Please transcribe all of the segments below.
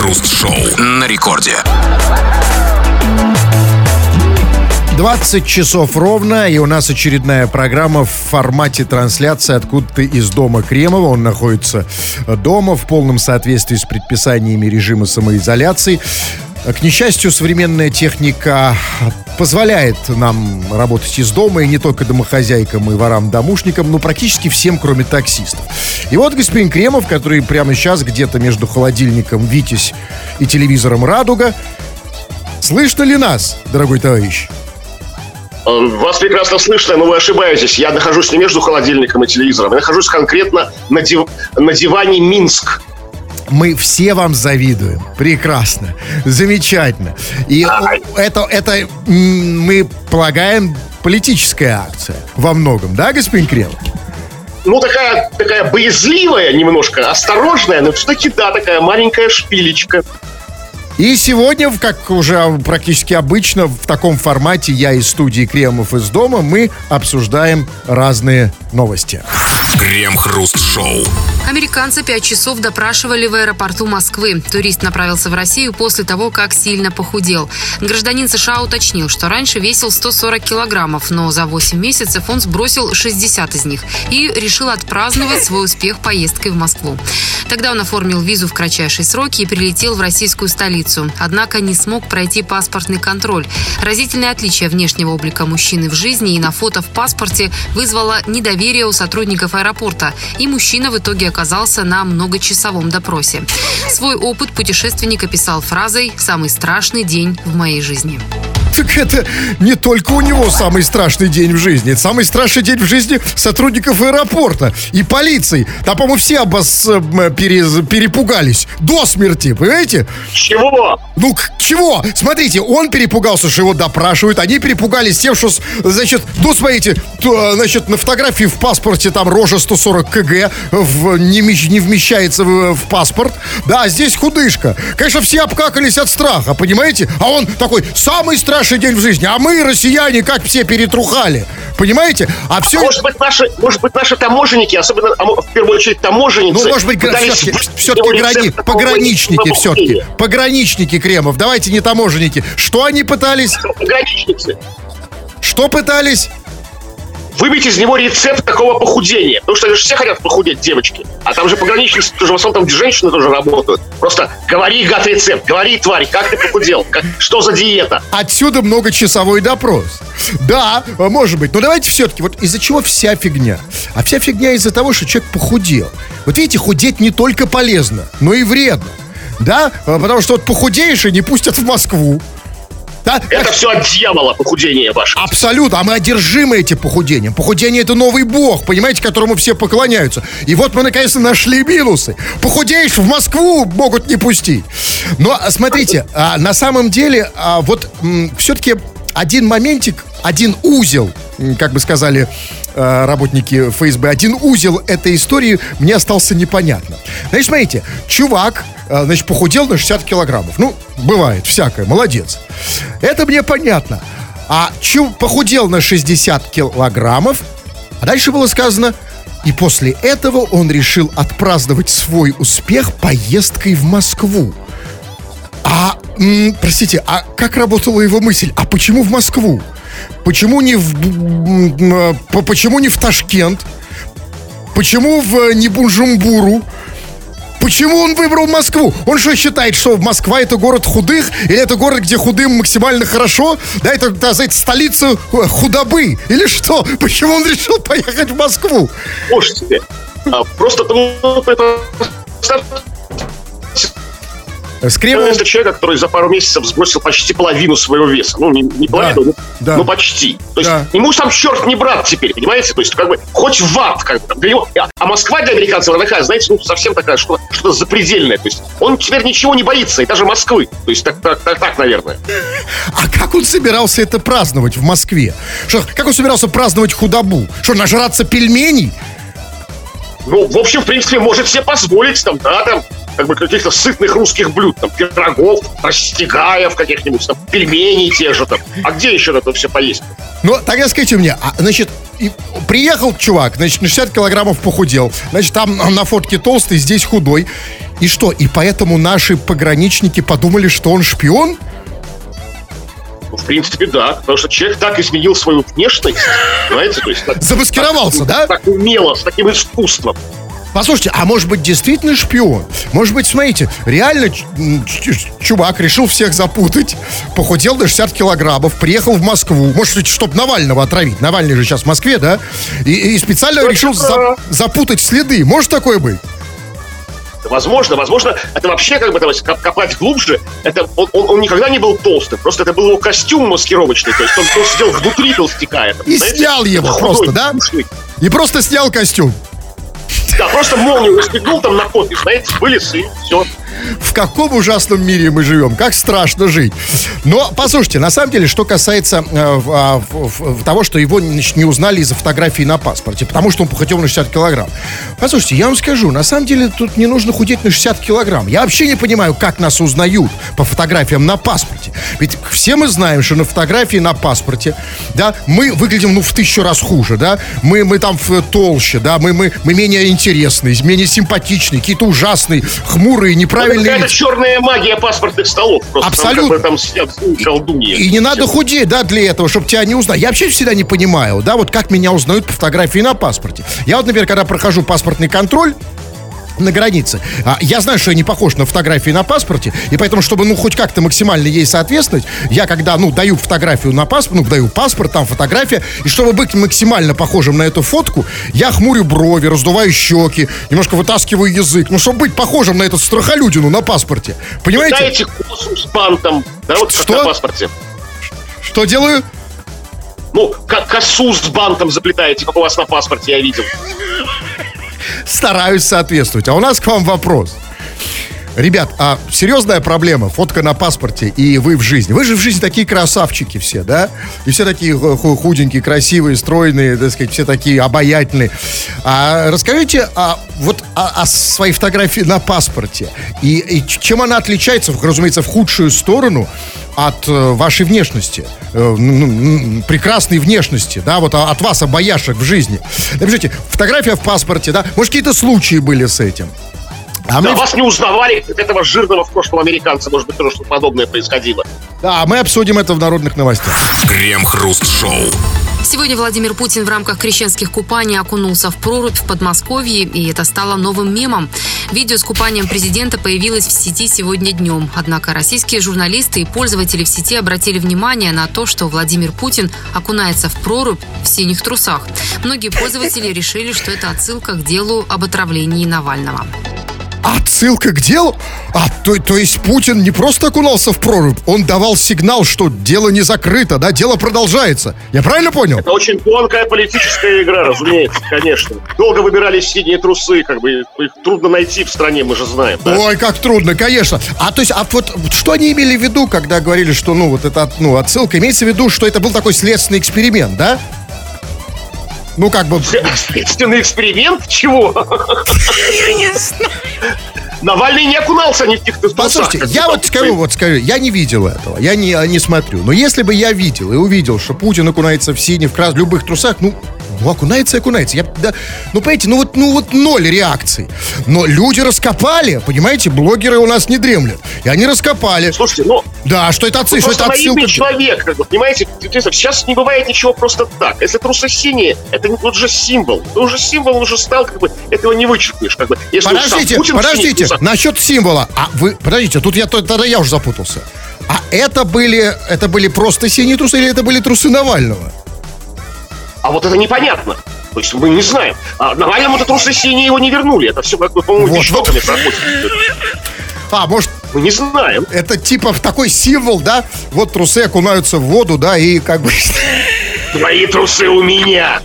Крем-хруст-шоу на рекорде. 20 часов ровно, и у нас очередная программа в формате трансляции откуда-то из дома Кремова. Он находится дома в полном соответствии с предписаниями режима самоизоляции. К несчастью, современная техника позволяет нам работать из дома, и не только домохозяйкам и ворам-домушникам, но практически всем, кроме таксистов. И вот господин Кремов, который прямо сейчас где-то между холодильником «Витязь» и телевизором «Радуга». Слышно ли нас, дорогой товарищ? Вас прекрасно слышно, но вы ошибаетесь. Я нахожусь не между холодильником и телевизором. Я нахожусь конкретно на диване «Минск». Мы все вам завидуем. Прекрасно. Замечательно. И это, мы полагаем, политическая акция во многом, да, господин Кремов? Ну, такая боязливая немножко, осторожная, но все-таки, да, такая маленькая шпилечка. И сегодня, как уже практически обычно, в таком формате я из студии Кремов из дома, мы обсуждаем разные новости. Крем-хруст-шоу. Американца 5 часов допрашивали в аэропорту Москвы. Турист направился в Россию после того, как сильно похудел. Гражданин США уточнил, что раньше весил 140 килограммов, но за 8 месяцев он сбросил 60 из них и решил отпраздновать свой успех поездкой в Москву. Тогда он оформил визу в кратчайшие сроки и прилетел в российскую столицу. Однако не смог пройти паспортный контроль. Разительное отличие внешнего облика мужчины в жизни и на фото в паспорте вызвало недоверие у сотрудников аэропорта, и мужчина в итоге оказался на многочасовом допросе. Свой опыт путешественник описал фразой «Самый страшный день в моей жизни». Так это не только у него самый страшный день в жизни. Это самый страшный день в жизни сотрудников аэропорта и полиции. Там, по-моему, все перепугались до смерти, понимаете? Чего? Ну, чего? Смотрите, он перепугался, что его допрашивают. Они перепугались тем, что, значит, ну, смотрите, значит, на фотографии в паспорте там рожа 140 кг не вмещается в паспорт. Да, здесь худышка. Конечно, все обкакались от страха, понимаете? А он такой, самый страшный день в жизни. А мы, россияне, как все перетрухали. Понимаете? А все... Может быть, наши таможенники, особенно, в первую очередь, таможенницы... Ну, может быть, все-таки пограничники все-таки. Пограничники, Кремов. Давайте не таможенники. Что они пытались? Пограничницы. Что пытались? Выбить из него рецепт такого похудения. Потому что все хотят похудеть, девочки. А там же пограничницы тоже, в основном, там женщины тоже работают. Просто говори, гад, рецепт. Говори, тварь, как ты похудел? Что за диета? Отсюда многочасовой допрос. Да, может быть. Но давайте все-таки, вот из-за чего вся фигня? А вся фигня из-за того, что человек похудел. Вот видите, худеть не только полезно, но и вредно. Да? Потому что вот похудеешь и не пустят в Москву. Да? Это все от дьявола, похудение ваше. Абсолютно, а мы одержимы этим похудением. Похудение — это новый бог, понимаете, которому все поклоняются. И вот мы наконец-то нашли минусы. Похудеешь, в Москву могут не пустить. Но смотрите, на самом деле, вот все-таки один моментик, один узел, как бы сказали работники ФСБ, один узел этой истории мне остался непонятно. Значит, смотрите, чувак, значит, похудел на 60 килограммов. Ну, бывает, всякое, молодец. Это мне понятно. А похудел на 60 килограммов, а дальше было сказано, и после этого он решил отпраздновать свой успех поездкой в Москву. Простите, а как работала его мысль? А почему в Москву? Почему не в Ташкент? Почему не Бужумбуру? Почему он выбрал Москву? Он что, считает, что Москва — это город худых? Или это город, где худым максимально хорошо? Да, это, так сказать, столица худобы? Или что? Почему он решил поехать в Москву? Слушайте, просто это... Это человек, который за пару месяцев сбросил почти половину своего веса. Ну, не половину, но почти. То есть ему сам черт не брат теперь, понимаете? То есть, как бы, хоть в ад, как бы. Для него. А Москва для американцев, она такая, знаете, ну, совсем такая, что-то запредельное. То есть, он теперь ничего не боится, и даже Москвы. То есть, так, наверное. А как он собирался это праздновать в Москве? Как он собирался праздновать худобу? Что, нажраться пельменей? Ну, в общем, в принципе, может себе позволить, там, да, там, как бы каких-то сытных русских блюд, там, пирогов, растягаев каких-нибудь, там, пельменей те же, там. А где еще это все поесть? Ну, тогда скажите мне, значит, приехал чувак, значит, на 60 килограммов похудел, значит, там на фотке толстый, здесь худой. И что? И поэтому наши пограничники подумали, что он шпион? Ну, в принципе, да. Потому что человек так изменил свою внешность, понимаете? То есть, замаскировался, да? Так умело, с таким искусством. Послушайте, а может быть действительно шпион? Может быть, смотрите, реально чувак решил всех запутать, похудел на 60 килограммов, приехал в Москву, может быть, чтобы Навального отравить. Навальный же сейчас в Москве, да? И специально решил запутать следы. Может такое быть? Возможно, это вообще, как бы, копать глубже, это он никогда не был толстым, просто это был его костюм маскировочный, то есть он сидел внутри толстяка. И снял его просто, да? И просто снял костюм. Да, просто молнию расстегнул там на попе, знаете, вылез и все. В каком ужасном мире мы живем, как страшно жить. Но, послушайте, на самом деле, что касается того, что его не узнали из-за фотографии на паспорте, потому что он похудел на 60 килограмм. Послушайте, я вам скажу, на самом деле тут не нужно худеть на 60 килограмм. Я вообще не понимаю, как нас узнают по фотографиям на паспорте. Ведь все мы знаем, что на фотографии на паспорте, да, мы выглядим, в 1000 раз хуже, да, мы там толще, да, мы менее интересные, менее симпатичные, какие-то ужасные, хмурые, неправильные. Это черная магия паспортных столов. Просто абсолютно. Там сидят колдуньи. И не надо худеть, да, для этого, чтобы тебя не узнали. Я вообще всегда не понимаю, да, вот как меня узнают по фотографии на паспорте. Я вот, например, когда прохожу паспортный контроль на границе, я знаю, что я не похож на фотографии на паспорте, и поэтому, чтобы, хоть как-то максимально ей соответствовать, я когда, даю фотографию на паспорт, даю паспорт, там фотография, и чтобы быть максимально похожим на эту фотку, я хмурю брови, раздуваю щеки, немножко вытаскиваю язык, чтобы быть похожим на эту страхолюдину на паспорте. Понимаете? Дайте косу с бантом, да, вот как на паспорте. Что делаю? Косу с бантом заплетаете, как у вас на паспорте, я видел. Стараюсь соответствовать. А у нас к вам вопрос. Ребят, серьезная проблема, фотка на паспорте и вы в жизни. Вы же в жизни такие красавчики все, да? И все такие худенькие, красивые, стройные, так сказать, все такие обаятельные. Расскажите о своей фотографии на паспорте. И чем она отличается, разумеется, в худшую сторону от вашей внешности, прекрасной внешности, да, вот от вас, обаяшек в жизни. Напишите, фотография в паспорте, да, может, какие-то случаи были с этим. Вас не узнавали, как этого жирного в прошлом американца, может быть, тоже что-то подобное происходило. Да, мы обсудим это в народных новостях. Крем-хруст-шоу. Сегодня Владимир Путин в рамках крещенских купаний окунулся в прорубь в Подмосковье, и это стало новым мемом. Видео с купанием президента появилось в сети сегодня днем. Однако российские журналисты и пользователи в сети обратили внимание на то, что Владимир Путин окунается в прорубь в синих трусах. Многие пользователи решили, что это отсылка к делу об отравлении Навального. Отсылка к делу? То есть Путин не просто окунался в прорубь, он давал сигнал, что дело не закрыто, да, дело продолжается. Я правильно понял? Это очень тонкая политическая игра, разумеется, конечно. Долго выбирали синие трусы, их трудно найти в стране, мы же знаем. Да? Ой, как трудно, конечно. Вот что они имели в виду, когда говорили, что, отсылка, имеется в виду, что это был такой следственный эксперимент, да? Следственный эксперимент? Чего? Я не знаю. Навальный не окунался ни в каких-то трусах. Послушайте, я скажу, я не видел этого, я не смотрю. Но если бы я видел и увидел, что Путин окунается в синих, в любых трусах, окунается и окунается. Понимаете, ноль реакций. Но люди раскопали, понимаете, блогеры у нас не дремлят. И они раскопали. Слушайте, да, что это отсылка. Просто наивный человек, понимаете, сейчас не бывает ничего просто так. Если трусы синие, это уже символ. Символ уже стал, этого не вычеркнешь. Подождите, насчет символа. Подождите, тогда я уже запутался. А это были просто синие трусы или это были трусы Навального? А вот это непонятно. То есть мы не знаем. Навальному-то трусы синие его не вернули. Это все, по-моему, вещдоками проходит. Может... Мы не знаем. Это типа такой символ, да? Вот трусы окунаются в воду, да, и Твои трусы у меня.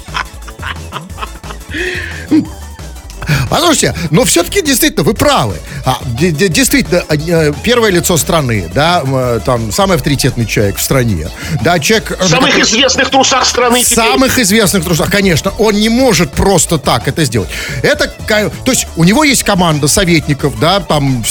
Послушайте, но все-таки действительно вы правы. Действительно, первое лицо страны, да, там самый авторитетный человек в стране, да, человек... В самых известных трусах страны. В самых известных трусах, конечно, он не может просто так это сделать. То есть у него есть команда советников, да, там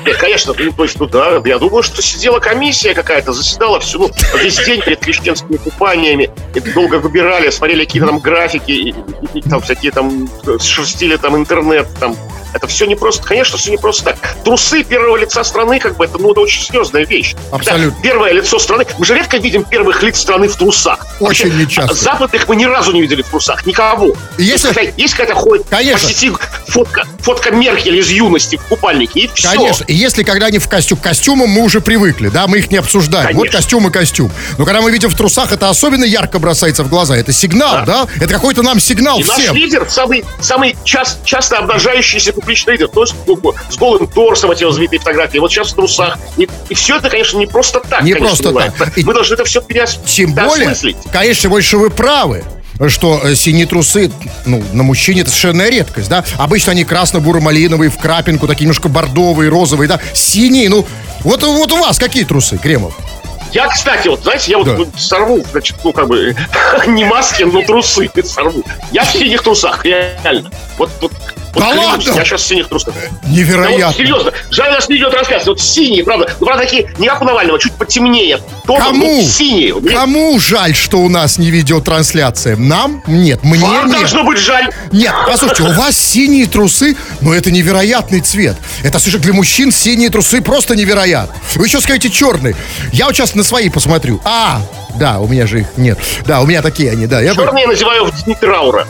Нет, конечно, то есть, да, я думаю, что сидела комиссия какая-то, заседала весь день перед крещенскими купаниями, и долго выбирали, смотрели какие-то там графики, и там всякие там шерстили там интернет, там. Это все не просто, конечно, все не просто так. Трусы первого лица страны, это очень серьезная вещь. Абсолютно. Да, первое лицо страны. Мы же редко видим первых лиц страны в трусах. Очень нечасто. Западных мы ни разу не видели в трусах. Никого. Есть какая-то ходит по сети фотка Меркель из юности в купальнике, и все. Конечно. И если когда они к костюмам, мы уже привыкли, да, мы их не обсуждаем. Конечно. Вот костюм и костюм. Но когда мы видим в трусах, это особенно ярко бросается в глаза. Это сигнал, да? Это какой-то нам сигнал и всем. Наш лидер, самый часто обнажающийся публичный лидер, то есть с голым торсом эти развитые фотографии, вот сейчас в трусах. И все это, конечно, не просто так. Не просто так. Мы должны это все переосмыслить. Тем более, конечно, больше вы правы, что синие трусы, на мужчине это совершенно редкость, да? Обычно они красно-буро-малиновые, в крапинку, такие немножко бордовые, розовые, да? Синие, вот у вас какие трусы, Кремов? Я, кстати, знаете, я сорву, не маски, но трусы сорву. Я в синих трусах, реально. Да ладно? Я сейчас в синих трусах. Невероятно. Серьезно. Жаль, у нас не идет трансляция. Синие, правда. Правда, такие, не как у Навального, чуть потемнее. Кому? Синие. Кому жаль, что у нас не видеотрансляция? Нам? Нет. Мне Вам нет. должно быть жаль. Нет, послушайте, у вас синие трусы, это невероятный цвет. Это, слушай, для мужчин синие трусы просто невероятно. Вы еще скажете черные. Я вот сейчас на свои посмотрю. Да, у меня же их нет. Да, у меня такие они, да. Черные я называю в дни траура.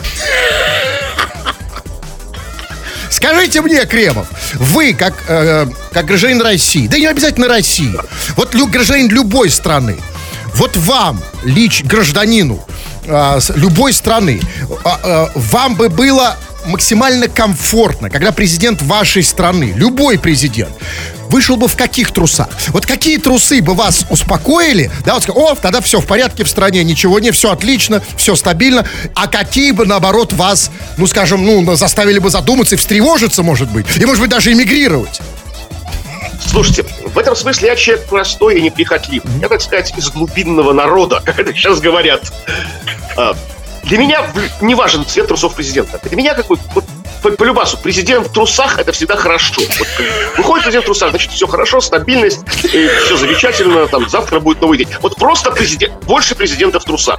Скажите мне, Кремов, вы, как гражданин России, да не обязательно России, вот гражданин любой страны, вот вам, гражданину любой страны, вам бы было максимально комфортно, когда президент вашей страны, любой президент, вышел бы в каких трусах? Вот какие трусы бы вас успокоили? Да, вот сказать, тогда все в порядке в стране, ничего не, все отлично, все стабильно. А какие бы, наоборот, вас, заставили бы задуматься и встревожиться, может быть, и, может быть, даже эмигрировать? Слушайте, в этом смысле я человек простой и неприхотливый. Я, так сказать, из глубинного народа, как это сейчас говорят. Для меня не важен цвет трусов президента. Для меня по любасу, президент в трусах — это всегда хорошо. Выходит президент в трусах, значит, все хорошо, стабильность, все замечательно, завтра будет новый день. Вот просто больше президента в трусах.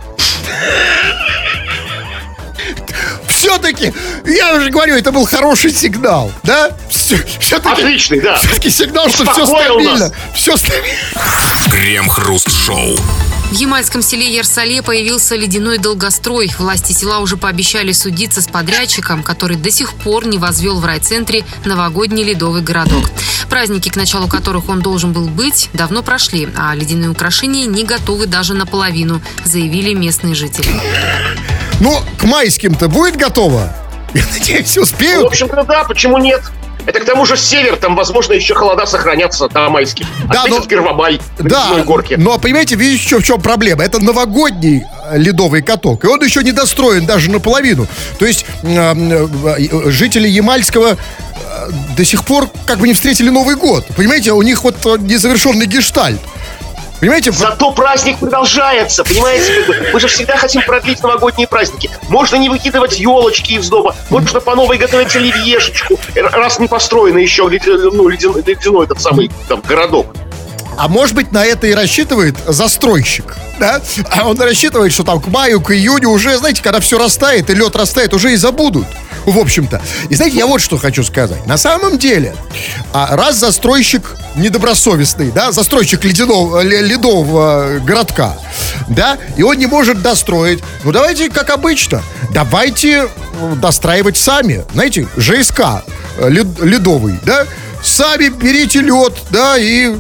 Все-таки, я уже говорю, это был хороший сигнал, да? Все-таки, отличный, да. Все-таки сигнал, что все стабильно. Все стабильно. Крем-хруст-шоу. В ямальском селе Ерсале появился ледяной долгострой. Власти села уже пообещали судиться с подрядчиком, который до сих пор не возвел в райцентре новогодний ледовый городок. Праздники, к началу которых он должен был быть, давно прошли, а ледяные украшения не готовы даже наполовину, заявили местные жители. К майским-то будет готово? Я надеюсь, успеют. В общем-то, да, почему нет? Это к тому же север, там, возможно, еще холода сохранятся до майских. Отметят Первомай на ледяной горке. Но, понимаете, видите, в чем проблема? Это новогодний ледовый каток, и он еще не достроен даже наполовину. То есть жители Ямальского до сих пор не встретили Новый год. Понимаете, у них незавершенный гештальт. Понимаете? Зато праздник продолжается, понимаете? Мы же всегда хотим продлить новогодние праздники. Можно не выкидывать елочки из дома, можно по новой готовить оливьешечку, раз не построен еще ледяной этот самый городок. А может быть, на это и рассчитывает застройщик, да? А он рассчитывает, что к маю, к июню уже, знаете, когда все растает и лед растает, уже и забудут, в общем-то. И знаете, я вот что хочу сказать. На самом деле, раз застройщик недобросовестный, да, застройщик ледового городка, да, и он не может достроить, давайте, как обычно, давайте достраивать сами, знаете, ЖСК ледовый, да, сами берите лед, да, и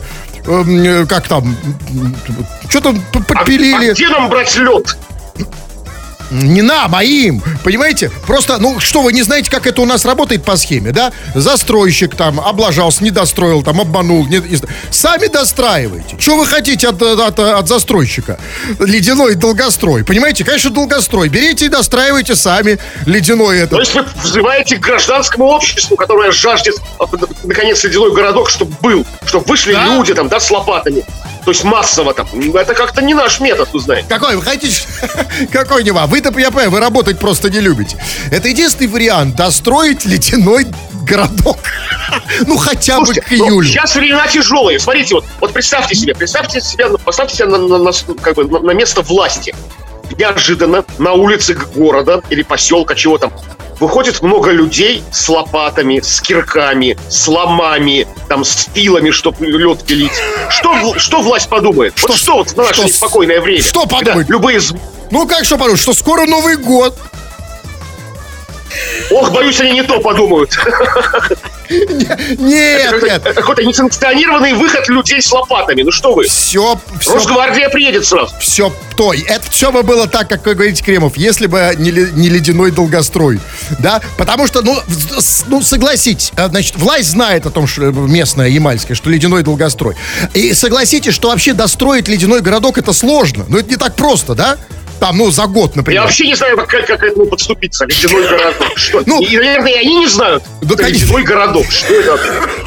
что там подпилили. А где нам брать лед? Не нам, а им, понимаете? Просто, что, вы не знаете, как это у нас работает по схеме, да? Застройщик облажался, не достроил, обманул. Сами достраивайте. Что вы хотите от застройщика? Ледяной долгострой. Понимаете? Конечно, долгострой. Берите и достраивайте сами ледяной этот. То есть вы взываете к гражданскому обществу, которое жаждет, наконец, ледяной городок, чтобы был. Чтобы вышли люди с лопатами. То есть массово Это как-то не наш метод, вы знаете. Какой? Вы хотите? Какой не вам? Вы-то, я понимаю, вы работать просто не любите. Это единственный вариант — достроить ледяной городок. Ну, хотя бы к июлю. Сейчас времена тяжелые. Смотрите, вот представьте себе, поставьте себя на место власти. Неожиданно на улице города или поселка, чего там, выходит много людей с лопатами, с кирками, с ломами, там, с пилами, чтобы лед пилить. Что власть подумает? Что в наше неспокойное время? Что подумает? Любые... Ну, как что подумать? Что скоро Новый год. Ох, боюсь, они не то подумают. Нет. Какой-то несанкционированный выход людей с лопатами. Ну что вы? Все. Росгвардия приедет сразу. Это все бы было так, как вы говорите, Кремов, если бы не ледяной долгострой. Да? Потому что, согласитесь, значит, власть знает о том, что местная, ямальская, что ледяной долгострой. И согласитесь, что вообще достроить ледяной городок это сложно. Но это не так просто, да? Там, за год, например. Я вообще не знаю, как к этому подступиться. Ледяной городок. Что? И, наверное, они не знают. Ледяной городок. Что это?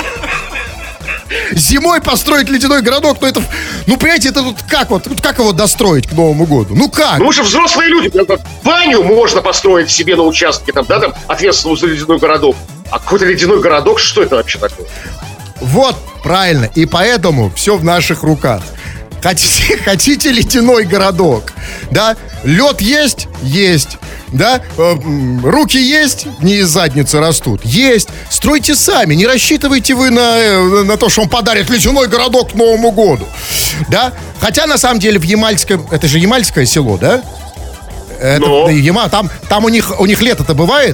Зимой построить ледяной городок, понимаете, это как его достроить к Новому году? Ну как? Мы же взрослые люди. Баню можно построить себе на участке, там, ответственную за ледяной городок. А какой-то ледяной городок, что это вообще такое? Вот, правильно. И поэтому все в наших руках. Хотите ледяной городок, да? Лед есть? Есть. Да? Руки есть? Не из задницы растут. Есть. Стройте сами. Не рассчитывайте вы на то, что он подарит ледяной городок к Новому году. Да? Хотя, на самом деле, в Ямальском... Это же Ямальское село, да? Там у них лето-то бывает?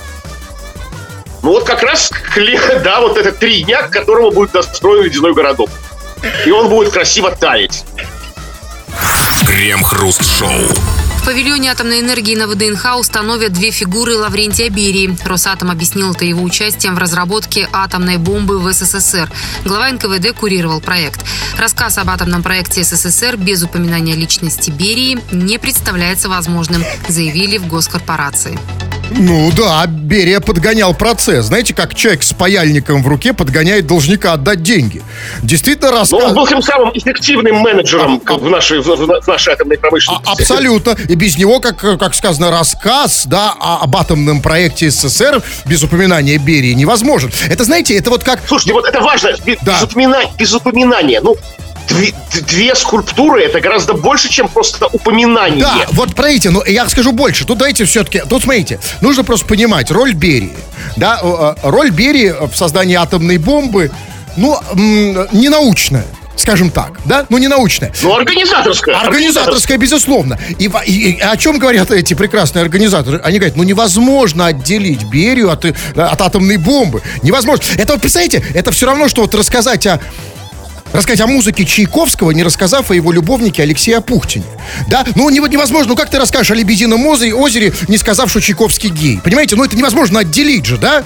Ну вот как раз, да, вот это 3 дня, к которому будет достроен ледяной городок. И он будет красиво таять. Крем-хруст-шоу. В павильоне атомной энергии на ВДНХ установят 2 фигуры Лаврентия Берии. Росатом объяснил это его участием в разработке атомной бомбы в СССР. Глава НКВД курировал проект. Рассказ об атомном проекте СССР без упоминания личности Берии не представляется возможным, заявили в госкорпорации. Ну да, Берия подгонял процесс. Знаете, как человек с паяльником в руке подгоняет должника отдать деньги. Действительно, рассказ... Он был тем самым эффективным менеджером в нашей атомной промышленности. Абсолютно. И без него, как сказано, рассказ, да, об атомном проекте СССР без упоминания Берии невозможен. Это, знаете, это вот как... Слушайте, вот это важно. Без упоминания. 2 скульптуры — это гораздо больше, чем просто упоминание. Да, вот смотрите, я скажу больше. Тут давайте все-таки, смотрите, нужно просто понимать роль Берии. Да, роль Берии в создании атомной бомбы, не научная. Скажем так, да? Не научная. Организаторская. Организаторская, безусловно. И о чем говорят эти прекрасные организаторы? Они говорят, невозможно отделить Берию от атомной бомбы. Невозможно. Это, представляете, это все равно, что рассказать о музыке Чайковского, не рассказав о его любовнике Алексее Апухтине. Да? Невозможно. Как ты расскажешь о «Лебедином озере», не сказав, что Чайковский гей? Понимаете? Это невозможно отделить же, да?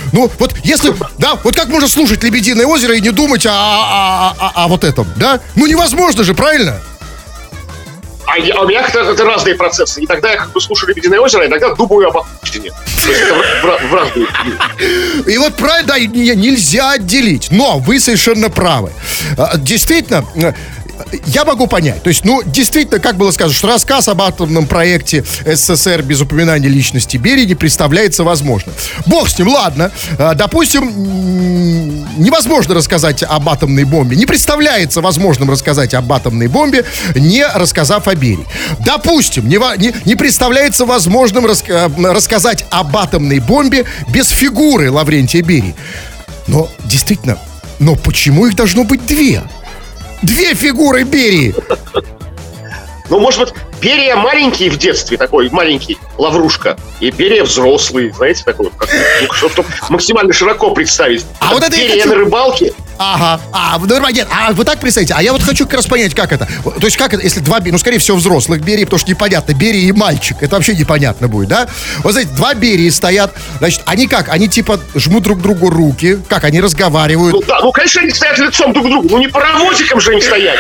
Как можно слушать «Лебединое озеро» и не думать о вот этом, да? Невозможно же, правильно? А у меня это разные процессы. И тогда я слушаю «Лебединое озеро», и иногда думаю об Апухтине. То есть это в разные. И вот правильно, да, нельзя отделить. Но вы совершенно правы. Действительно, я могу понять. То есть, действительно, как было сказано, что рассказ об атомном проекте СССР без упоминания личности Берии не представляется возможным. Бог с ним, ладно. Допустим, невозможно рассказать об атомной бомбе. Не представляется возможным рассказать об атомной бомбе, не рассказав о Берии. Допустим, не представляется возможным рассказать об атомной бомбе без фигуры Лаврентия Берии. Но, действительно, почему их должно быть 2? 2 фигуры Берии. Может быть, Берия маленький в детстве, такой маленький, Лаврушка, и Берия взрослый, знаете, такой, чтобы максимально широко представить. А вот это Берия на рыбалке. Ага. Вы так представите? А я вот хочу как раз понять, как это. То есть, как это, если 2, скорее всего, взрослых Берии, потому что непонятно, Берия и мальчик. Это вообще непонятно будет, да? Вот, знаете, 2 Берии стоят, значит, они как? Они типа жмут друг другу руки, как? Они разговаривают. Конечно, они стоят лицом друг к другу, не паровозиком же им стоять.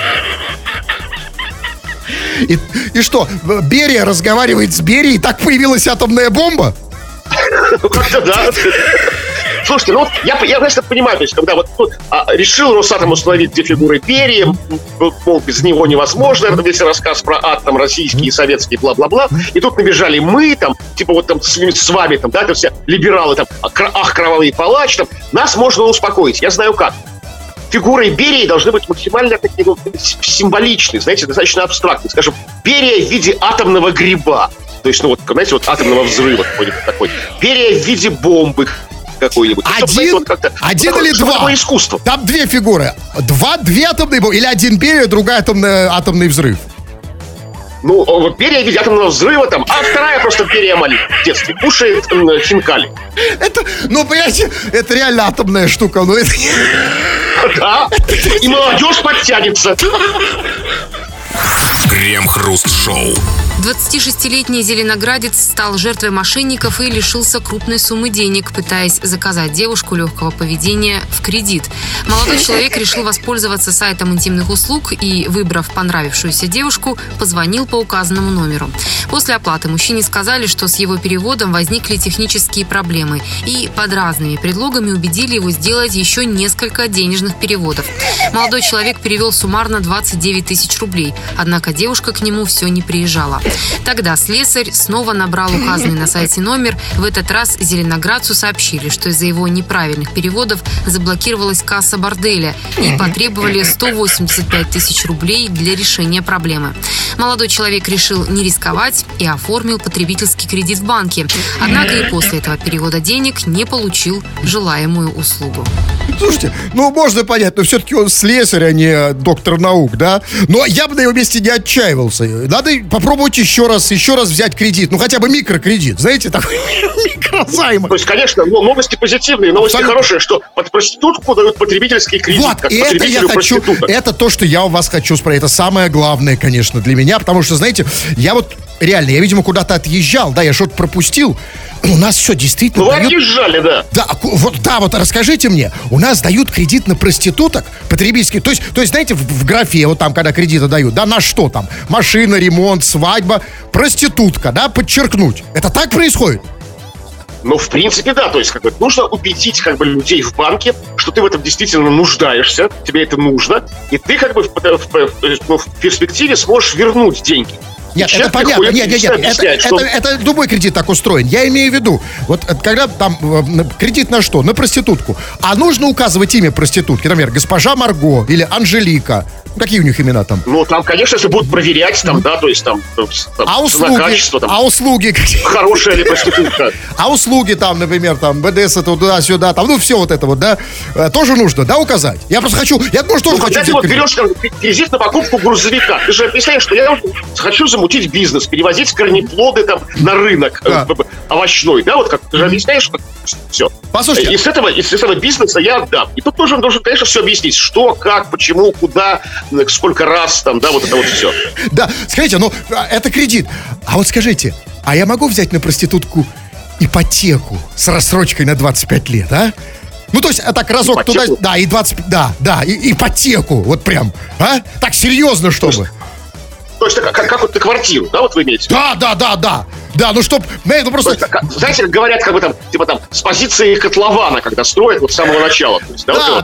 И что, Берия разговаривает с Берией, и так появилась атомная бомба? Как-то да. Слушайте, ну вот я конечно, понимаю, то есть, когда вот решил Росатом установить две фигуры Берии, мол, без него невозможно, это весь рассказ про ад, там, российский, советский, бла-бла-бла, и тут набежали мы, там, типа вот там с вами, там, да, это все либералы, там, ах, кровавый палач, там, нас можно успокоить, я знаю как. Фигуры Берии должны быть максимально такие, ну, символичные, знаете, достаточно абстрактные. Скажем, Берия в виде атомного гриба. То есть, ну вот, знаете, вот атомного взрыва какой-нибудь такой. Берия в виде бомбы какой-нибудь. Один или два? Такое искусство. Там две фигуры. Две атомные бомбы. Или один Берия, другая атомный взрыв. Ну, вот Берия в виде атомного взрыва там, а вторая просто Берия маленькая в детстве. Кушает хинкали. Это, ну, понимаете, это реально атомная штука. Ну, это... Да, и молодежь подтянется. Крем-хруст-шоу. 26-летний зеленоградец стал жертвой мошенников и лишился крупной суммы денег, пытаясь заказать девушку легкого поведения в кредит. Молодой человек решил воспользоваться сайтом интимных услуг и, выбрав понравившуюся девушку, позвонил по указанному номеру. После оплаты мужчине сказали, что с его переводом возникли технические проблемы, и под разными предлогами убедили его сделать еще несколько денежных переводов. Молодой человек перевел суммарно 29 тысяч рублей, однако девушка к нему все не приезжала. Тогда слесарь снова набрал указанный на сайте номер. В этот раз зеленоградцу сообщили, что из-за его неправильных переводов заблокировалась касса борделя и потребовали 185 тысяч рублей для решения проблемы. Молодой человек решил не рисковать и оформил потребительский кредит в банке. Однако и после этого перевода денег не получил желаемую услугу. Слушайте, ну можно понять, но все-таки он слесарь, а не доктор наук, да? Но я бы на его месте не отчаивался. Надо попробовать еще раз взять кредит. Ну хотя бы микрокредит, знаете, такой микрозайм. То есть, конечно, новости позитивные, новости хорошие, что под проститутку дают потребительский кредит. Вот, как это я хочу, это то, что я у вас хочу спросить. Это самое главное, конечно, для меня, потому что, знаете, я вот реально, я, видимо, куда-то отъезжал, да, я что-то пропустил. У нас что, действительно... Ну, вы отъезжали, да. Вот расскажите мне, у нас дают кредит на проституток потребительский, то есть знаете, в графе, вот там, когда кредиты дают, да, на что там? Машина, ремонт, свадьба, проститутка, да, подчеркнуть. Это так происходит? Ну, в принципе, да, то есть, как бы, нужно убедить, как бы, людей в банке, что ты в этом действительно нуждаешься, тебе это нужно, и ты, как бы, в перспективе сможешь вернуть деньги. Нет, это понятно. Нет. Это любой кредит так устроен. Я имею в виду, вот когда там кредит на что? На проститутку. А нужно указывать имя проститутки. Например, госпожа Марго или Анжелика. Какие у них имена там? Ну, там, конечно, если будут проверять, там, да, то есть там качество, там, услуги? Хорошая ли проститутка? А услуги там, например, там, БДС, туда-сюда, там, ну, все вот это вот, да, тоже нужно, да, указать? Я просто хочу, я тоже хочу. Когда ты вот берешь кредит на покупку грузовика, ты же представляешь, что я хочу замутить бизнес, перевозить корнеплоды там на рынок овощной, да, вот как ты же объясняешь, что все. Послушайте. Из этого бизнеса я отдам. И тут тоже должен, конечно, все объяснить, что, как, почему, куда, сколько раз там, да, вот это вот все. Да, скажите, ну, это кредит. А вот скажите, а я могу взять на проститутку ипотеку с рассрочкой на 25 лет, а? Ну, то есть, так, разок ипотеку? Туда, да, и 20, да, ипотеку, вот прям, а? Так, серьезно, чтобы. То есть, как вот на квартиру, да, вот вы имеете? Да, ну чтоб, ну просто... Есть, знаете, как говорят, как бы там, типа там, с позиции котлована, когда строят вот с самого начала. То есть,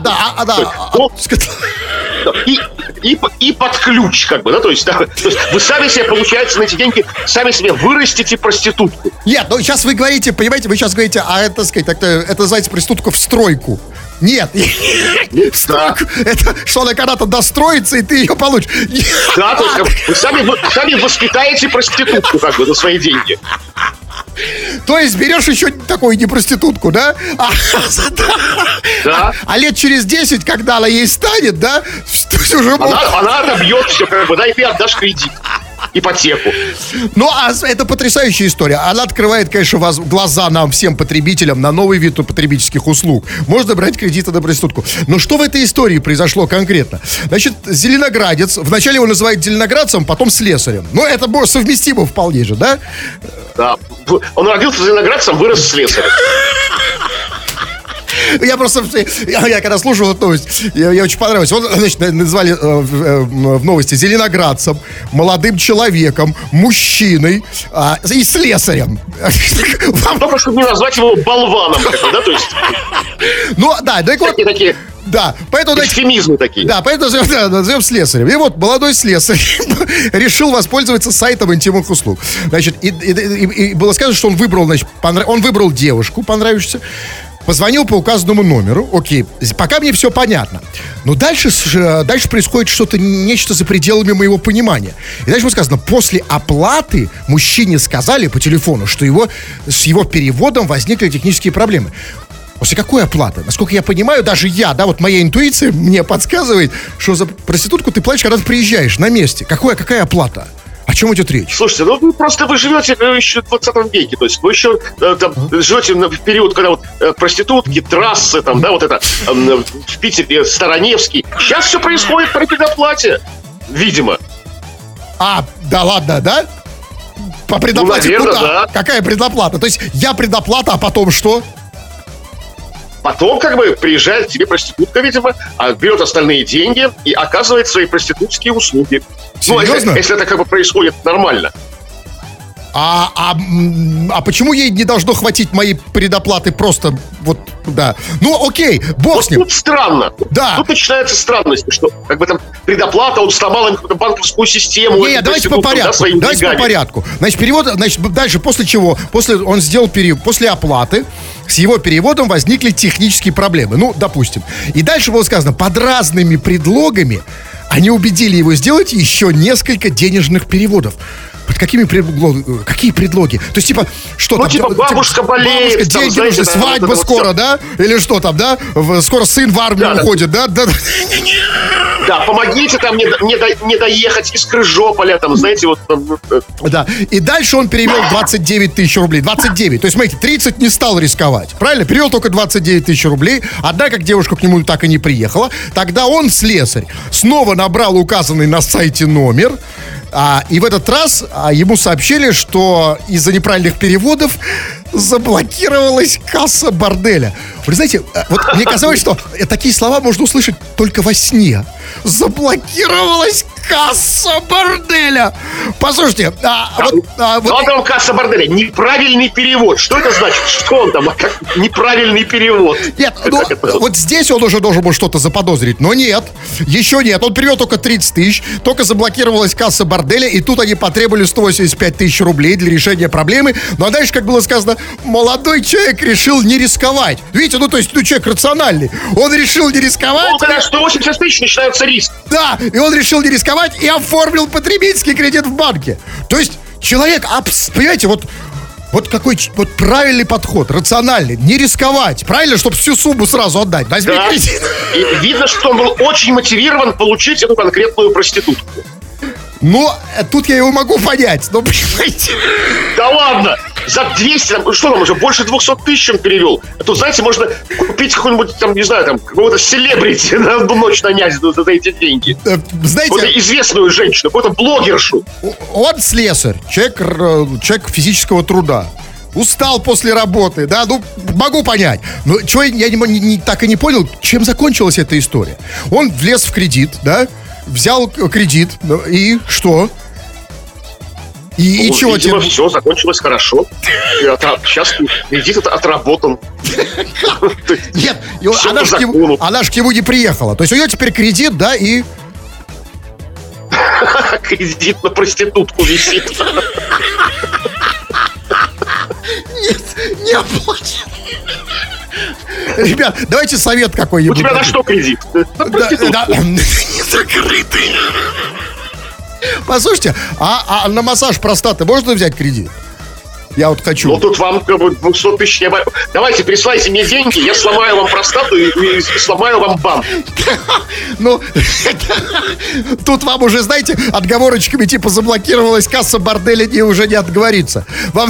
И под ключ, как бы, да, то есть вы сами себе, получается, на эти деньги, сами себе вырастите проститутку. Нет, ну сейчас вы говорите, понимаете, вы сейчас говорите, это, так сказать, это называется проститутка в стройку. Нет, в стройку, это что она когда-то достроится, и ты ее получишь. Да, то есть вы сами воспитаете проститутку, как бы, за свои деньги. То есть берешь еще такую не проститутку, да? Да. А лет через 10, когда она ей станет, да? Она отобьет все, как бы, да, и ты отдашь кредит. Ипотеку. Ну, а это потрясающая история. Она открывает, конечно, глаза нам, всем потребителям, на новый вид потребительских услуг. Можно брать кредиты на проститутку. Но что в этой истории произошло конкретно? Значит, зеленоградец, вначале его называют зеленоградцем, потом слесарем. Ну, это было совместимо вполне же, да? Да. Он родился зеленоградцем, вырос слесарем. Я просто, я когда слушал эту новость, я очень понравилось. Вот, значит, назвали в новости зеленоградцем, молодым человеком, мужчиной и слесарем. Только чтобы не назвать его болваном, да, то есть... Ну, да, так вот... Такие... Да, поэтому... Экстремизмы такие. Да, поэтому назовем слесарем. И вот молодой слесарь решил воспользоваться сайтом интимных услуг. Значит, и было сказано, что он выбрал, значит, он выбрал девушку, понравившуюся, позвонил по указанному номеру. Окей, пока мне все понятно. Но дальше происходит нечто за пределами моего понимания. И дальше сказано, после оплаты мужчине сказали по телефону, что с его переводом возникли технические проблемы. После какой оплаты? Насколько я понимаю, даже я, да, вот моя интуиция мне подсказывает, что за проститутку ты платишь, когда ты приезжаешь на месте. Какая оплата? О чем идет речь? Слушайте, вы живете еще в 20 веке, то есть вы еще живете в период, когда вот проститутки, трассы, там, да, вот это в Питере Староневский. Сейчас все происходит при предоплате, видимо. Да ладно, да? По предоплате наверное, куда? Да. Какая предоплата? То есть я предоплата, а потом что? Потом, приезжает к тебе проститутка, видимо, берет остальные деньги и оказывает свои проститутские услуги. Серьезно? Ну, если это происходит нормально. А почему ей не должно хватить моей предоплаты просто вот, да. Ну, окей, бог с ним. Тут странно. Да. Тут начинается странность, что там предоплата, он сломал им какую-то банковскую систему. Давайте по порядку. Значит, перевод, дальше после чего? Он сделал перевод, после оплаты с его переводом возникли технические проблемы. Ну, допустим. И дальше было сказано, под разными предлогами они убедили его сделать еще несколько денежных переводов. Под какие предлоги? То есть, что там? Бабушка болеет. Бабушка, деньги нужны, свадьба скоро, да? Или что там, да? Скоро сын в армию уходит, да? Да, помогите там не доехать из Крыжополя, там, знаете, вот... Да, и дальше он перевел 29 тысяч рублей. 29, то есть, смотрите, 30 не стал рисковать. Правильно? Перевел только 29 тысяч рублей. Однако девушка к нему так и не приехала. Тогда он, слесарь, снова набрал указанный на сайте номер. И в этот раз ему сообщили, что из-за неправильных переводов заблокировалась касса борделя. Вы знаете, вот мне казалось, что такие слова можно услышать только во сне. Заблокировалась касса борделя. Послушайте, вот там касса борделя. Неправильный перевод. Что это значит? Что он там? Неправильный перевод. Нет, вот здесь он уже должен был что-то заподозрить. Но нет, еще нет. Он перевел только 30 тысяч. Только заблокировалась касса борделя. И тут они потребовали 185 тысяч рублей для решения проблемы. Ну а дальше, как было сказано, молодой человек решил не рисковать. Видите, человек рациональный. Он решил не рисковать. Ну, когда 180 тысяч начинается риск. Да, и он решил не рисковать и оформил потребительский кредит в банке. То есть человек, понимаете, вот какой правильный подход, рациональный, не рисковать, правильно, чтобы всю сумму сразу отдать. Возьми кредит. И видно, что он был очень мотивирован получить эту конкретную проститутку. Ну, тут я его могу понять, но понимаете. Да ладно! За 200, что там уже, больше 200 тысяч он перевел. А тут, знаете, можно купить какой-нибудь, там, не знаю, там, какого-то селебрити на одну ночь нанять за эти деньги. Знаете... Какую-то известную женщину, какую-то блогершу. Он слесарь, человек физического труда. Устал после работы, да, могу понять. Но чего я так и не понял, чем закончилась эта история. Он влез в кредит, да, взял кредит, и что? И чего видимо, все закончилось хорошо. Сейчас кредит отработан. Нет, она ж к нему не приехала. То есть у нее теперь кредит, да, и... Кредит на проститутку висит. Нет, не оплачен. Ребят, давайте совет какой-нибудь. У тебя на что кредит? Да, не закрытый. Послушайте, а на массаж простаты можно взять кредит? Я вот хочу. Ну, тут вам 200 тысяч не... Давайте, присылайте мне деньги, я сломаю вам простату и сломаю вам бам. Ну, тут вам уже, знаете, отговорочками типа заблокировалась касса борделя и уже не отговорится. Вам...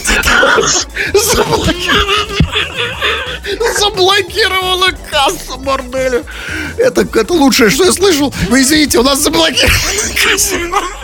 Заблокировала касса борделя. Это лучшее, что я слышал. Вы извините, у нас заблокировала касса.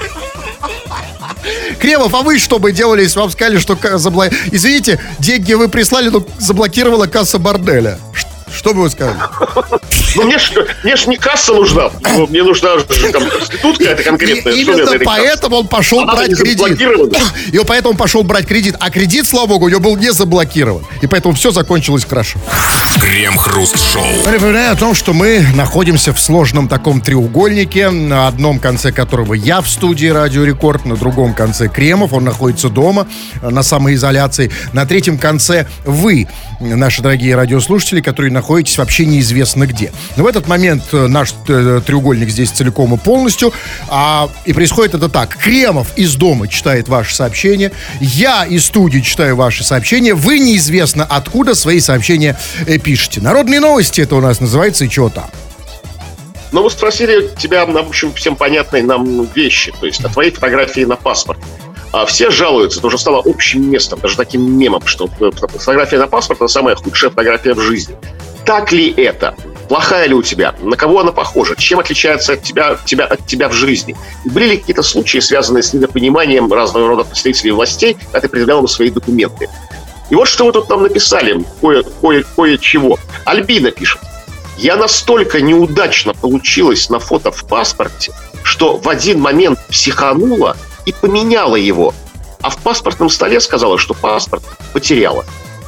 Кремов, а вы что бы делали, если вам сказали, что извините, деньги вы прислали, но заблокировала касса борделя? Что бы вы сказали? Ну, мне ж не касса нужна. Мне нужна там проститутка это конкретная. Именно поэтому он пошел брать кредит. И поэтому он пошел брать кредит. А кредит, слава богу, у него был не заблокирован. И поэтому все закончилось хорошо. Крем-хруст-шоу. Напоминаю о том, что мы находимся в сложном таком треугольнике, на одном конце которого я в студии Радио Рекорд, на другом конце Кремов, он находится дома на самоизоляции, на третьем конце вы, наши дорогие радиослушатели, которые находитесь вообще неизвестно где. Но в этот момент наш треугольник здесь целиком и полностью, и происходит это так: Кремов из дома читает ваши сообщения, я из студии читаю ваши сообщения, вы неизвестно откуда свои сообщения пишете. Народные новости это у нас называется, и чего там? Ну, мы спросили тебя, в общем, всем понятные нам вещи, то есть о твоей фотографии на паспорт. А все жалуются, это уже стало общим местом, даже таким мемом, что фотография на паспорт – это самая худшая фотография в жизни. Так ли это? Плохая ли у тебя? На кого она похожа? Чем отличается от тебя в жизни? И были ли какие-то случаи, связанные с недопониманием разного рода представителей властей, когда ты предъявлял им свои документы? И вот что вы тут нам написали, кое-чего. Альбина пишет: я настолько неудачно получилась на фото в паспорте, что в один момент психанула и поменяла его. А в паспортном столе сказала, что паспорт потеряла.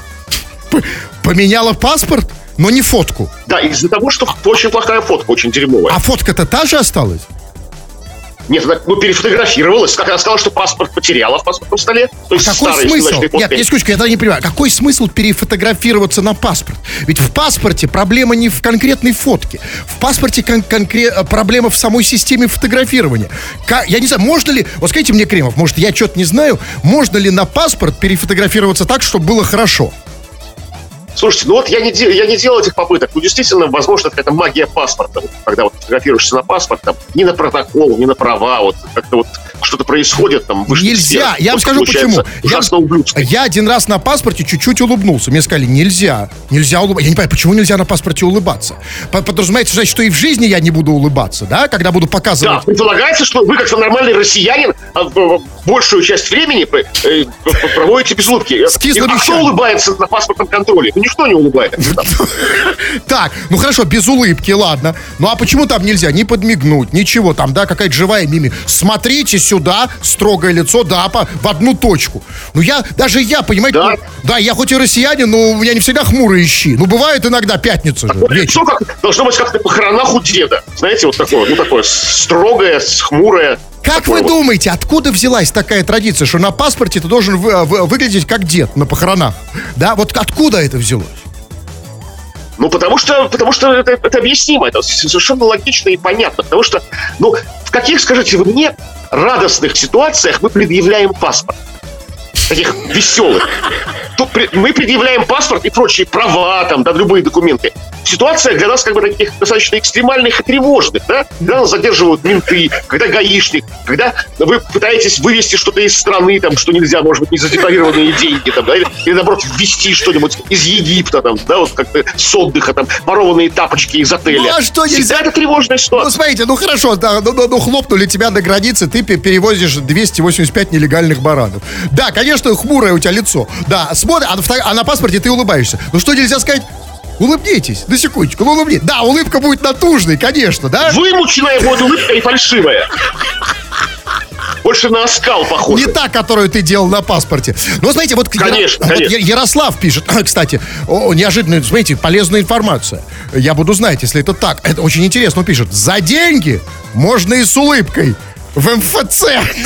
Поменяла паспорт, но не фотку? Да, из-за того, что очень плохая фотка, очень дерьмовая. А фотка-то та же осталась? Нет, она перефотографировалась, как она сказала, что паспорт потеряла в паспортном столе. То есть какой старые, смысл? Нет, я тогда не понимаю. Какой смысл перефотографироваться на паспорт? Ведь в паспорте проблема не в конкретной фотке. В паспорте проблема в самой системе фотографирования. Я не знаю, можно ли... Вот скажите мне, Кремов, может, я что-то не знаю, можно ли на паспорт перефотографироваться так, чтобы было хорошо? Слушайте, ну вот я не делал этих попыток. Ну, действительно, возможно, это какая-то магия паспорта. Когда вот фотографируешься на паспорт, там, ни на протокол, ни на права, вот как-то вот что-то происходит там. Нельзя, я вам скажу почему. Я один раз на паспорте чуть-чуть улыбнулся. Мне сказали, нельзя улыбаться. Я не понимаю, почему нельзя на паспорте улыбаться? Подразумевается, значит, что и в жизни я не буду улыбаться, да? Когда буду показывать... Да, предполагается, что вы, как нормальный россиянин, большую часть времени проводите без улыбки. А кто улыбается на паспортном контроле? Никто не улыбается. Так, ну хорошо, без улыбки, ладно. Ну а почему там нельзя не подмигнуть, ничего там, да, какая-то живая мимика. Смотрите сюда, строгое лицо, да, в одну точку. Ну даже я, понимаете, да, я хоть и россиянин, но у меня не всегда хмурые щи. Ну бывает иногда пятница же. Лицо должно быть как-то похоронах у деда. Знаете, вот такое строгое, хмурое. Как вы думаете, откуда взялась такая традиция, что на паспорте ты должен выглядеть как дед на похоронах? Да, вот откуда это взялось? Ну, потому что это объяснимо, это совершенно логично и понятно. Потому что, в каких, скажите вы мне, радостных ситуациях мы предъявляем паспорт? Таких веселых. Тут мы предъявляем паспорт и прочие права, там, да, любые документы. Ситуация для нас как бы таких достаточно экстремальных и тревожных, да? Когда нас задерживают менты, когда гаишник, когда вы пытаетесь вывести что-то из страны, там, что нельзя, может быть, незадекларированные деньги, там, да, или наоборот, ввести что-нибудь из Египта, там, да, вот как-то с отдыха, там, ворованные тапочки из отеля. Ну, а что нельзя? Всегда это тревожная ситуация. Ну, смотрите, хорошо, да, хлопнули тебя на границе, ты перевозишь 285 нелегальных баранов. Да, конечно, хмурое у тебя лицо. Да, смотри, а на паспорте ты улыбаешься. Ну, что нельзя сказать? Улыбнитесь, на секундочку, улыбнитесь. Да, улыбка будет натужной, конечно, да? Вымученная будет улыбка и фальшивая. Больше на оскал похоже. Не та, которую ты делал на паспорте. Ну, знаете, вот, конечно. Ярослав пишет, кстати, неожиданно, смотрите, полезная информация. Я буду знать, если это так. Это очень интересно, он пишет: за деньги можно и с улыбкой. В МФЦ.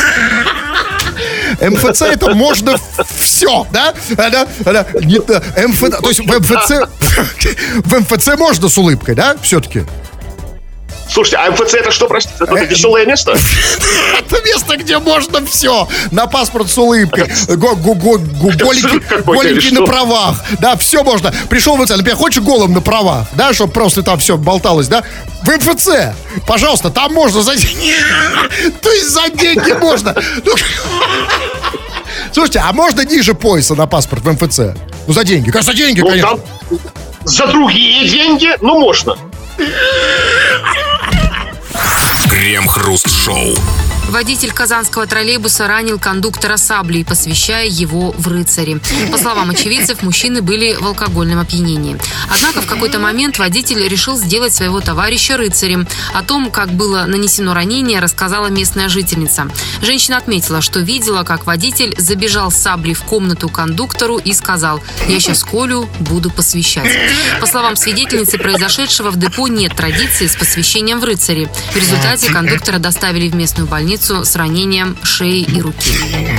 МФЦ это можно все, да? То есть в МФЦ можно с улыбкой, да, все-таки? Слушайте, а МФЦ это что, простите? Это веселое место? Это место, где можно все. На паспорт с улыбкой. Голенький на правах. Да, все можно. Пришел в МФЦ, например, хочешь голым на правах, да, чтобы просто там все болталось, да? В МФЦ, пожалуйста, там можно за деньги. То есть за деньги можно. Слушайте, а можно ниже пояса на паспорт в МФЦ? Ну, за деньги. Конечно, за деньги, конечно. За другие деньги, можно. Крем-хруст-шоу. Водитель казанского троллейбуса ранил кондуктора саблей, посвящая его в рыцари. По словам очевидцев, мужчины были в алкогольном опьянении. Однако в какой-то момент водитель решил сделать своего товарища рыцарем. О том, как было нанесено ранение, рассказала местная жительница. Женщина отметила, что видела, как водитель забежал с саблей в комнату кондуктору и сказал: «Я сейчас Колю буду посвящать». По словам свидетельницы произошедшего, в депо нет традиции с посвящением в рыцари. В результате кондуктора доставили в местную больницу с ранением шеи и руки.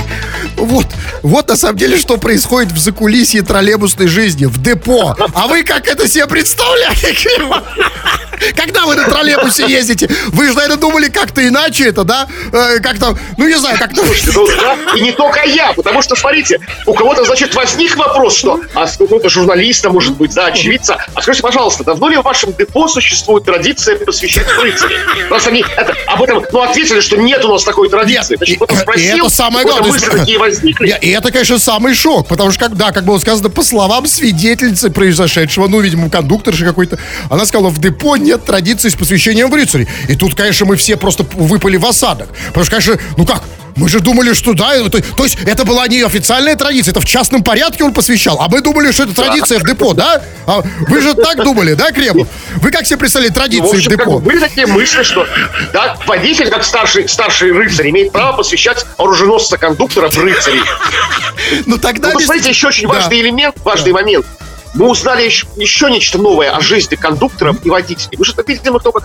Вот на самом деле, что происходит в закулисье троллейбусной жизни, в депо. А вы как это себе представляете? Когда вы на троллейбусе ездите, вы же, наверное, думали как-то иначе это, да? Как-то, ну, не знаю, как-то... Да, и не только я, потому что, смотрите, у кого-то, значит, возник вопрос, что, какого-то журналиста, может быть, да, очевидца. А скажите, пожалуйста, давно ли в вашем депо существует традиция посвящать рыцарей? Раз они об этом, ответили, что нет у нас такой традиции. Нет, значит, спросил, это самое главное. Мысли такие возникли. И это, конечно, самый шок, потому что, как было сказано, по словам свидетельницы произошедшего, видимо, кондукторши какой-то, она сказала, в депо нет традиции с посвящением в рыцарей. И тут, конечно, мы все просто выпали в осадок. Потому что, конечно, мы же думали, что да, то есть это была не официальная традиция, это в частном порядке он посвящал, а мы думали, что это традиция в депо, да? А вы же так думали, да, Кремов? Вы как себе представляли традиции в депо? Были такие мысли, что да, водитель, как старший рыцарь, имеет право посвящать оруженосца-кондуктора в рыцарей. Тогда... Посмотрите, еще очень важный элемент, важный момент. Мы узнали еще нечто новое о жизни кондукторов и водителей. Мы же видим только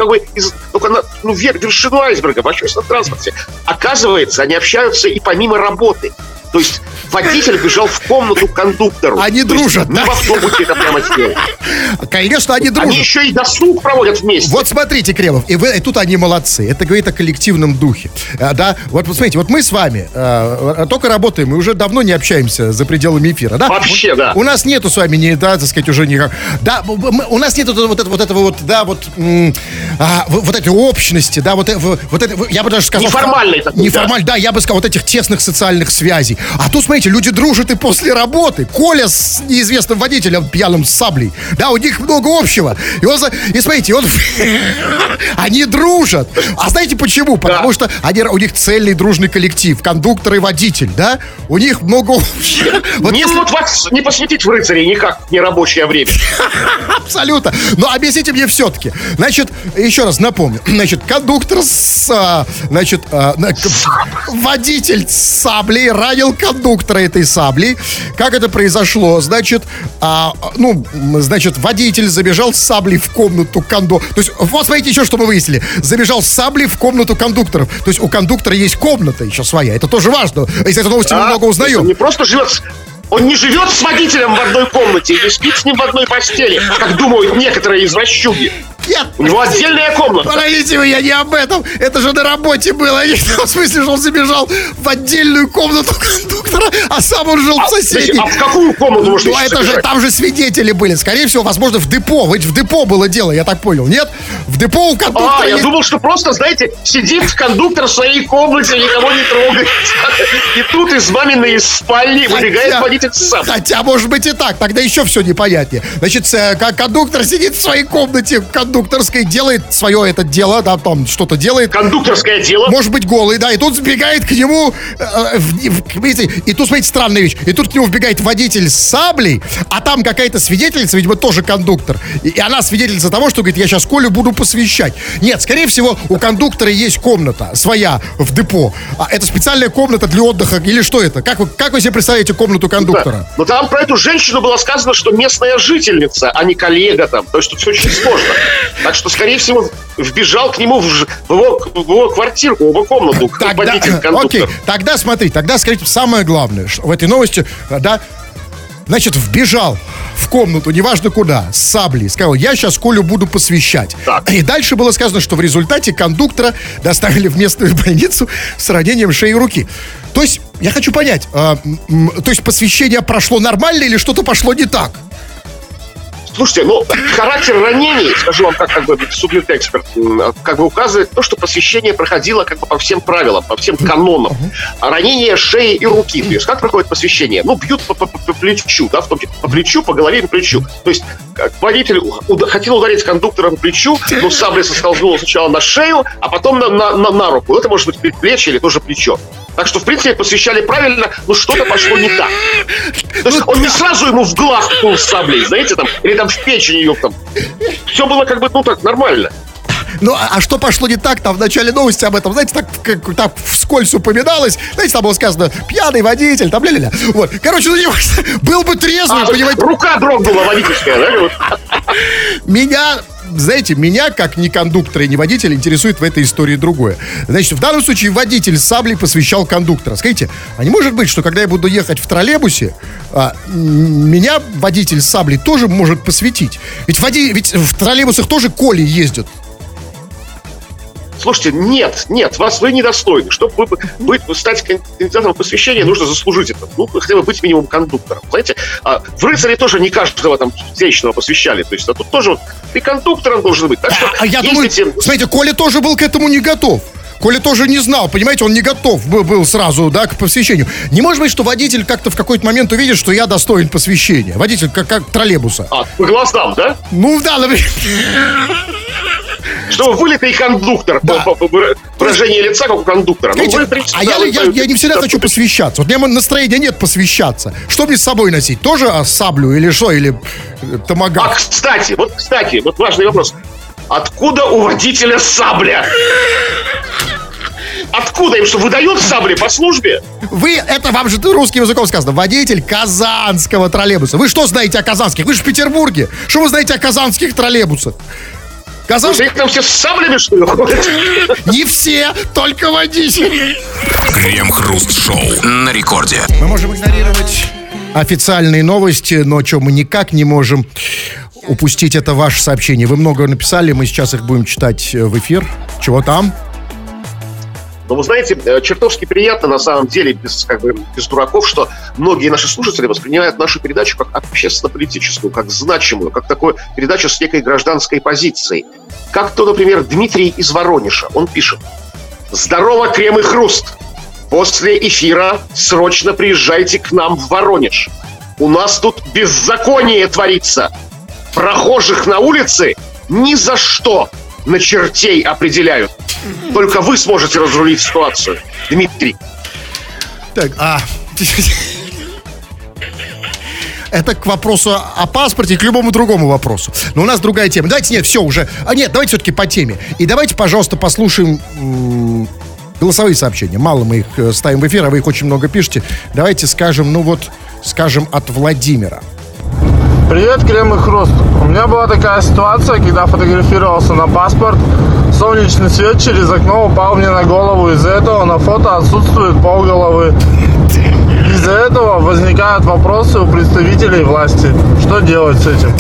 вершину айсберга в общественном транспорте. Оказывается, они общаются и помимо работы. То есть водитель бежал в комнату к кондуктору. Они дружат, да? Не в автобусе это прямо сделали. Конечно, они дружат. Они еще и досуг проводят вместе. Вот смотрите, Кремов, и тут они молодцы. Это говорит о коллективном духе. Да? Вот посмотрите, вот мы с вами только работаем, мы уже давно не общаемся за пределами эфира, да? Вообще, да. У нас нету с вами, уже никак. Да, у нас нету вот этой общности, да, я бы даже сказал... Неформальной такой, неформальной, да, я бы сказал, вот этих тесных социальных связей. А тут, смотрите, люди дружат и после работы. Коля с неизвестным водителем пьяным с саблей. Да, у них много общего. И смотрите, они дружат. А знаете почему? Потому что у них цельный дружный коллектив. Кондуктор и водитель, да? У них много общего. Вас не посвятить в рыцарей никак не рабочее время. Абсолютно. Но объясните мне все-таки. Значит, еще раз напомню. Значит, кондуктор водитель с саблей ранил кондуктора этой саблей. Как это произошло? Значит, водитель забежал с саблей в комнату кондуктора. То есть, вот смотрите еще, что мы выяснили. Забежал с саблей в комнату кондукторов. То есть, у кондуктора есть комната еще своя. Это тоже важно. Из этой новости мы много узнаем. Он не просто живет... Он не живет с водителем в одной комнате и не спит с ним в одной постели, как думают некоторые извращуги. Нет. У него отдельная комната. Подождите вы, я не об этом. Это же на работе было. В смысле, что он забежал в отдельную комнату кондуктора, а сам он жил в соседней. А в какую комнату можно там же свидетели были. Скорее всего, возможно, в депо. Ведь в депо было дело, я так понял. Нет? В депо у кондуктора я думал, что просто, знаете, сидит кондуктор в своей комнате, никого не трогает. И тут из маминой спальни выбегает водитель сам. Хотя, может быть, и так. Тогда еще все непонятнее. Значит, кондуктор сидит в своей комнате, кондукторской, делает свое это дело, да, там что-то делает. Кондукторское дело. Может быть, голый, да, и тут сбегает к нему, и тут, смотрите, странная вещь, и тут к нему вбегает водитель с саблей, а там какая-то свидетельница, видимо, тоже кондуктор, и она свидетельница того, что, говорит, я сейчас Колю буду посвящать. Нет, скорее всего, у кондуктора есть комната своя в депо. Это специальная комната для отдыха, или что это? Как вы себе представляете комнату кондуктора? Да. Но там про эту женщину было сказано, что местная жительница, а не коллега там, то есть тут все очень сложно. Так что, скорее всего, вбежал к нему в его квартиру, в его комнату, водитель-кондуктор. Окей, тогда скажите, самое главное, что в этой новости, да, значит, вбежал в комнату, неважно куда, с саблей, сказал, я сейчас Колю буду посвящать. Так. И дальше было сказано, что в результате кондуктора доставили в местную больницу с ранением шеи и руки. То есть, я хочу понять, то есть посвящение прошло нормально или что-то пошло не так? Слушайте, характер ранений, скажу вам как бы субъект-эксперт, как бы указывает то, что посвящение проходило как бы по всем правилам, по всем канонам. А ранение шеи и руки. То есть как проходит посвящение? Бьют по плечу, да, в том числе по плечу, по голове и по плечу. То есть водитель хотел ударить кондуктора по плечу, но сабля соскользнула сначала на шею, а потом на руку. Это может быть предплечье или тоже плечо. Так что, в принципе, посвящали правильно, но что-то пошло не так. То есть он не сразу ему в глаз пнул саблей, знаете, там, или там в печень ее там. Все было как бы, так, нормально. Ну, а что пошло не так, там в начале новости об этом, знаете, так вскользь упоминалось, знаете, там было сказано, пьяный водитель, там ля-ля-ля. Вот, короче, был бы трезвый, понимаете. Рука дрогнула водительская, да? Меня, как ни кондуктора и ни водителя, интересует в этой истории другое. Значит, в данном случае водитель с саблей посвящал кондуктора. Скажите, а не может быть, что когда я буду ехать в троллейбусе, меня водитель с саблей тоже может посвятить? Ведь в троллейбусах тоже коли ездят. Слушайте, нет, вы недостойны. Чтобы стать кандидатом в посвящение, нужно заслужить это. Ну, хотя бы быть минимум кондуктором. Знаете, в рыцаре тоже не каждого там встречного посвящали. То есть, тут тоже ты кондуктором должен быть. Так что, я думаю, смотрите, Коля тоже был к этому не готов. Коля тоже не знал, понимаете, он не готов был сразу, да, к посвящению. Не может быть, что водитель как-то в какой-то момент увидит, что я достоин посвящения. Водитель как троллейбуса. По глазам, да? Ну, да, например. Что вылитый кондуктор, да. По выражению лица, как у кондуктора. Я не всегда хочу посвящаться. Вот у меня настроения нет посвящаться. Что мне с собой носить? Тоже саблю или что? Или томагавк? Кстати, важный вопрос. Откуда у водителя сабля? Откуда им что, выдают сабли по службе? Это вам же русским языком сказано. Водитель казанского троллейбуса. Вы что знаете о казанских? Вы же в Петербурге. Что вы знаете о казанских троллейбусах? Вы там все с саблями, что ли, ходят? Не все, только водители. Крем-хруст-шоу на рекорде. Мы можем игнорировать официальные новости, но что мы никак не можем упустить, это ваше сообщение. Вы много написали, мы сейчас их будем читать в эфир. Чего там? Но вы знаете, чертовски приятно, на самом деле, без дураков, что многие наши слушатели воспринимают нашу передачу как общественно-политическую, как значимую, как такую передачу с некой гражданской позицией. Как то, например, Дмитрий из Воронежа. Он пишет: «Здорово, Крем и Хруст! После эфира срочно приезжайте к нам в Воронеж. У нас тут беззаконие творится. Прохожих на улице ни за что на чертей определяют. Только вы сможете разрулить ситуацию, Дмитрий». Так, это к вопросу о паспорте и к любому другому вопросу. Но у нас другая тема. Давайте, давайте все-таки по теме. И давайте, пожалуйста, послушаем голосовые сообщения. Мало мы их ставим в эфир, а вы их очень много пишете. Давайте скажем от Владимира. Привет, Крем и Хруст. У меня была такая ситуация, когда фотографировался на паспорт. Солнечный свет через окно упал мне на голову. Из-за этого на фото отсутствует полголовы. Из-за этого возникают вопросы у представителей власти. Что делать с этим?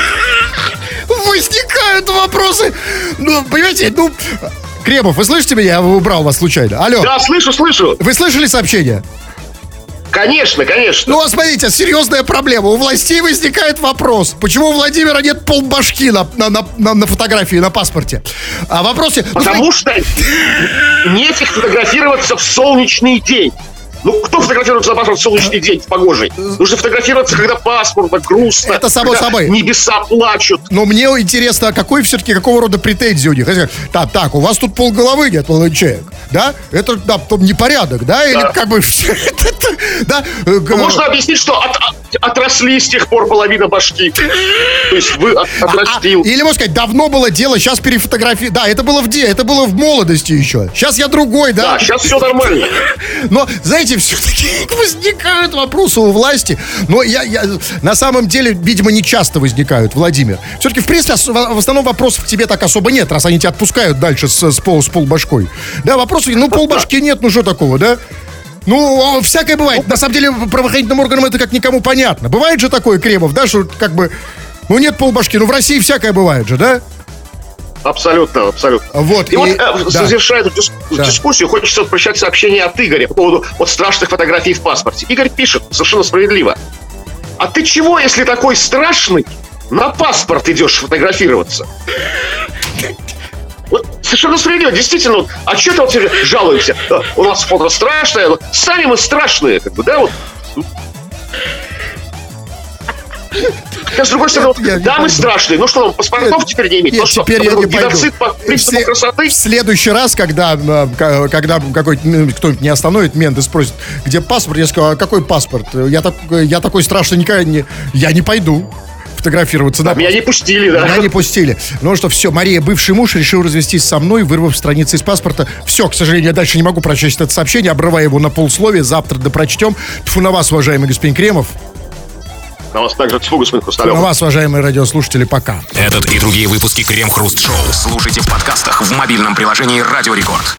Возникают вопросы. Понимаете, Кремов, вы слышите меня? Я убрал вас случайно. Алло. Да, слышу. Вы слышали сообщение? Конечно. Ну, смотрите, серьезная проблема. У властей возникает вопрос, почему у Владимира нет полбашки на фотографии, на паспорте. А вопросе... Потому что нефиг фотографироваться в солнечный день. Ну, кто фотографируется на паспорт в солнечный день, в погожий? Нужно фотографироваться, когда пасмурно, грустно. Это само собой. Небеса плачут. Но мне интересно, какого рода претензии у них? Так, у вас тут полголовы нет, молодой человек. Да? Это непорядок, да? Или как бы... Да? Можно объяснить, что отросли с тех пор половина башки. То есть вы отрастил. Или, можно сказать, давно было дело, сейчас перефотографировали. Да, это было в молодости еще. Сейчас я другой, да? Да, сейчас все нормально. Но, знаете, все-таки возникают вопросы у власти. Но на самом деле, видимо, не часто возникают, Владимир. Все-таки, в принципе, в основном вопросов к тебе так особо нет, раз они тебя отпускают дальше с полбашкой. Да, вопросов, полбашки нет, что такого, да? Всякое бывает. На самом деле, правоохранительным органам это как никому понятно. Бывает же такое, Кремов, да, что нет полбашки. В России всякое бывает же, да? Абсолютно. Вот, завершая эту дискуссию, хочется прочитать сообщение от Игоря по поводу страшных фотографий в паспорте. Игорь пишет, совершенно справедливо: «А ты чего, если такой страшный, на паспорт идешь фотографироваться?» Вот совершенно справедливо, действительно. А что ты жалуешься? У нас фото страшное, сами мы страшные, да, вот. Хотя, с другой стороны, дамы страшные. Ну что, паспортов теперь не иметь? Нет, теперь я не пойду. Геноцид по принципу красоты? В следующий раз, когда кто-нибудь не остановит, мент и спросит, где паспорт, я скажу, а какой паспорт? Я такой страшный никогда не пойду фотографироваться. Меня не пустили, да. Меня не пустили. Ну что, все, Мария, бывший муж, решил развестись со мной, вырвав страницы из паспорта. Все, к сожалению, я дальше не могу прочесть это сообщение, обрывая его на полусловия. Завтра допрочтем. Тьфу на вас, уважаемый господин Кремов. На вас также тьфу, господин Хрусталев. На вас, уважаемые радиослушатели, пока. Этот и другие выпуски Крем-Хруст Шоу слушайте в подкастах в мобильном приложении Радио Рекорд.